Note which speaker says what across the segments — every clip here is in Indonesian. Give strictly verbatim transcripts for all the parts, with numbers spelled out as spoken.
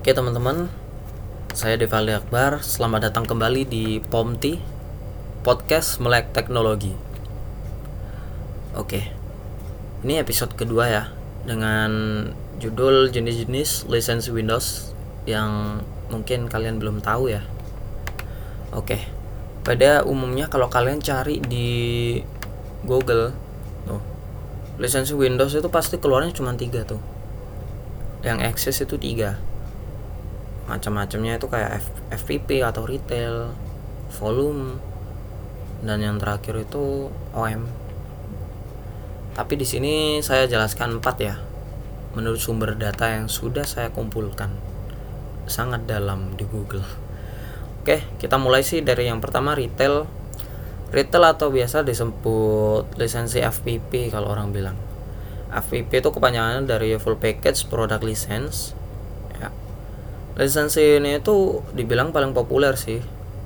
Speaker 1: Oke teman-teman, saya Devali Akbar. Selamat datang kembali di Pomti Podcast Melek Teknologi. Oke, ini episode kedua ya, dengan judul jenis-jenis lisensi Windows yang mungkin kalian belum tahu ya. Oke, pada umumnya kalau kalian cari di Google, oh, lisensi Windows itu pasti keluarnya cuma tiga tuh. Yang eksis itu tiga. Macam-macamnya itu kayak F- FPP atau retail, volume, dan yang terakhir itu O M. Tapi di sini saya jelaskan empat ya, menurut sumber data yang sudah saya kumpulkan sangat dalam di Google. Oke, kita mulai sih dari yang pertama, retail. Retail atau biasa disebut lisensi F P P kalau orang bilang. F P P itu kepanjangan dari Full Package Product License. Ya. Lisensi ini itu dibilang paling populer sih,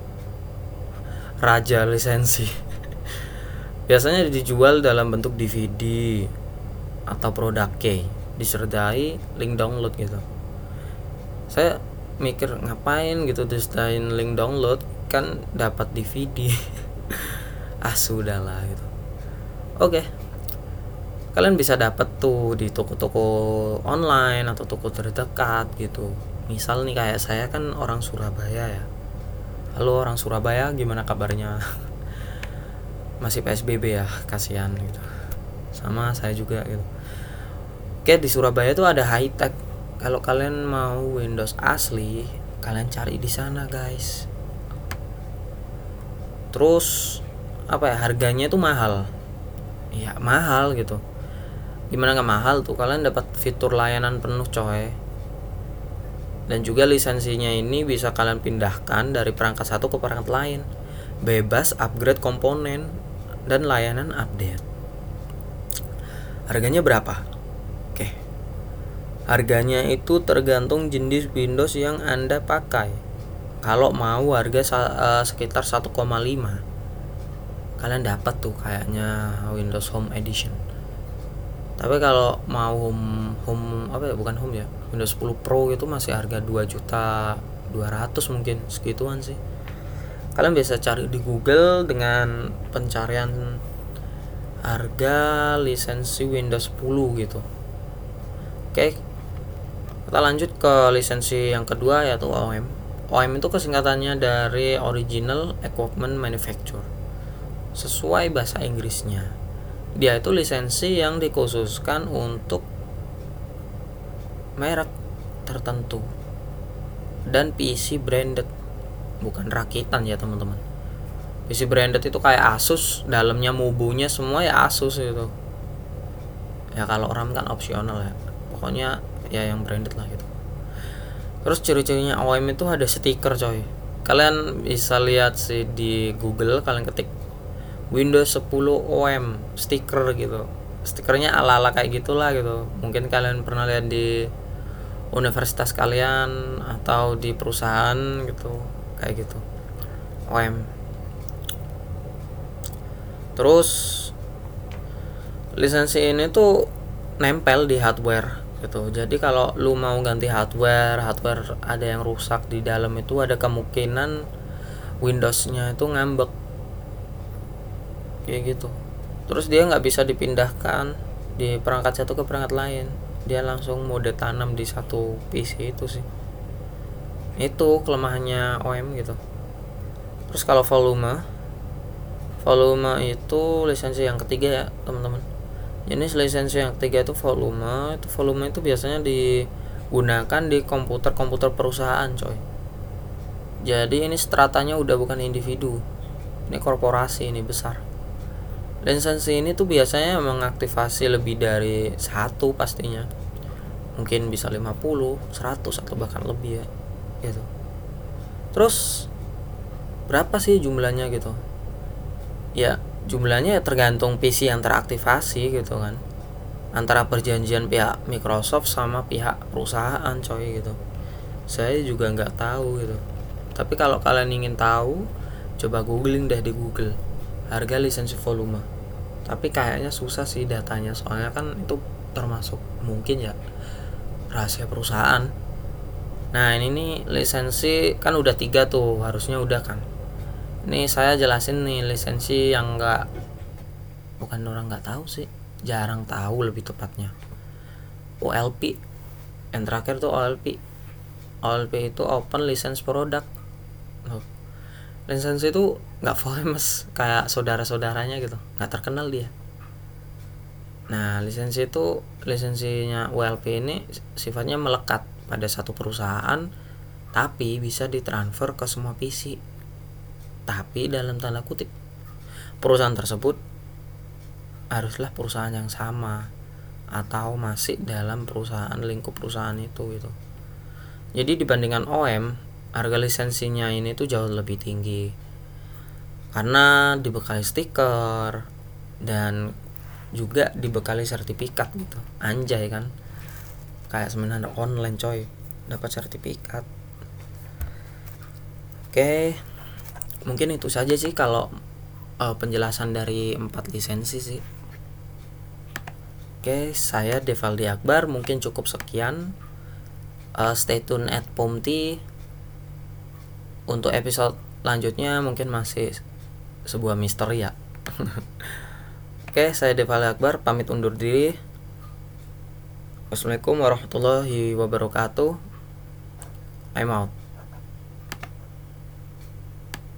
Speaker 1: raja lisensi. Biasanya dijual dalam bentuk D V D atau produk key, disertai link download gitu. Saya mikir ngapain gitu disertain link download, kan dapat D V D. Ah sudahlah gitu. Oke, kalian bisa dapat tuh di toko-toko online atau toko terdekat gitu. Misal nih kayak saya kan orang Surabaya ya. Halo orang Surabaya, gimana kabarnya? Masih P S B B ya, kasihan gitu. Sama saya juga gitu. Oke, di Surabaya tuh ada high tech. Kalau kalian mau Windows asli, kalian cari di sana, guys. Terus apa ya? Harganya tuh mahal. Iya, mahal gitu. Gimana nggak mahal tuh? Kalian dapat fitur layanan penuh, coy. Dan juga lisensinya ini bisa kalian pindahkan dari perangkat satu ke perangkat lain, bebas upgrade komponen dan layanan update. Harganya berapa? Oke, harganya itu tergantung jenis Windows yang Anda pakai. Kalau mau harga uh, sekitar satu koma lima, kalian dapat tuh kayaknya Windows Home Edition. Tapi kalau mau home, home apa ya, bukan home ya, Windows sepuluh Pro itu masih harga dua juta dua ratus mungkin, segituan sih. Kalian bisa cari di Google dengan pencarian harga lisensi Windows sepuluh gitu. Oke, kita lanjut ke lisensi yang kedua, yaitu O M. O M itu kesingkatannya dari Original Equipment Manufacturer, sesuai bahasa Inggrisnya. Dia itu lisensi yang dikhususkan untuk merek tertentu dan P C branded, bukan rakitan ya teman-teman. P C branded itu kayak Asus, dalamnya mubunya semua ya Asus gitu. Ya kalau RAM kan opsional ya, pokoknya ya yang branded lah gitu. Terus ciri-cirinya O M itu ada stiker, coy. Kalian bisa lihat sih di Google, kalian ketik Windows sepuluh O M stiker gitu. Stikernya ala-ala kayak gitulah gitu. Mungkin kalian pernah lihat di universitas kalian atau di perusahaan gitu, kayak gitu. O M. Terus lisensi ini tuh nempel di hardware gitu. Jadi kalau lu mau ganti hardware, hardware ada yang rusak di dalam itu, ada kemungkinan Windows-nya itu ngambek. Kayak gitu. Terus dia nggak bisa dipindahkan di perangkat satu ke perangkat lain, dia langsung mode tanam di satu P C itu sih. Itu kelemahannya O M gitu. Terus kalau volume, volume itu lisensi yang ketiga ya teman-teman. Jenis lisensi yang ketiga itu volume. Itu volume itu biasanya digunakan di komputer-komputer perusahaan, coy. Jadi ini stratanya udah bukan individu, ini korporasi, ini besar. Lisensi ini tuh biasanya mengaktifasi lebih dari satu pastinya. Mungkin bisa lima puluh, seratus atau bahkan lebih ya. Gitu. Terus berapa sih jumlahnya gitu? Ya, jumlahnya ya tergantung P C yang teraktivasi gitu kan. Antara perjanjian pihak Microsoft sama pihak perusahaan, coy gitu. Saya juga nggak tahu gitu. Tapi kalau kalian ingin tahu, coba googling deh di Google harga lisensi volume. Tapi kayaknya susah sih datanya, soalnya kan itu termasuk mungkin ya rahasia perusahaan. Nah ini nih lisensi kan udah tiga tuh, harusnya udah kan. Ini saya jelasin nih lisensi yang nggak, bukan orang nggak tahu sih, jarang tahu lebih tepatnya. O L P, yang terakhir tuh O L P. O L P itu Open License Product. Loh, lisensi itu nggak famous kayak saudara-saudaranya gitu, nggak terkenal dia. Nah lisensi itu, lisensinya O L P ini sifatnya melekat pada satu perusahaan, tapi bisa ditransfer ke semua P C. Tapi dalam tanda kutip, perusahaan tersebut haruslah perusahaan yang sama atau masih dalam perusahaan lingkup perusahaan itu gitu. Jadi dibandingkan O E M, harga lisensinya ini tuh jauh lebih tinggi karena dibekali stiker dan juga dibekali sertifikat gitu. Anjay kan, kayak seminar online coy, dapat sertifikat. Oke, mungkin itu saja sih kalau uh, penjelasan dari empat lisensi sih. Oke, saya Devaldi Akbar, mungkin cukup sekian. Uh, stay tune at Pomti. Untuk episode lanjutnya mungkin masih sebuah misteri ya. Oke, saya Devaldi Akbar pamit undur diri. Wassalamualaikum warahmatullahi wabarakatuh. I'm out.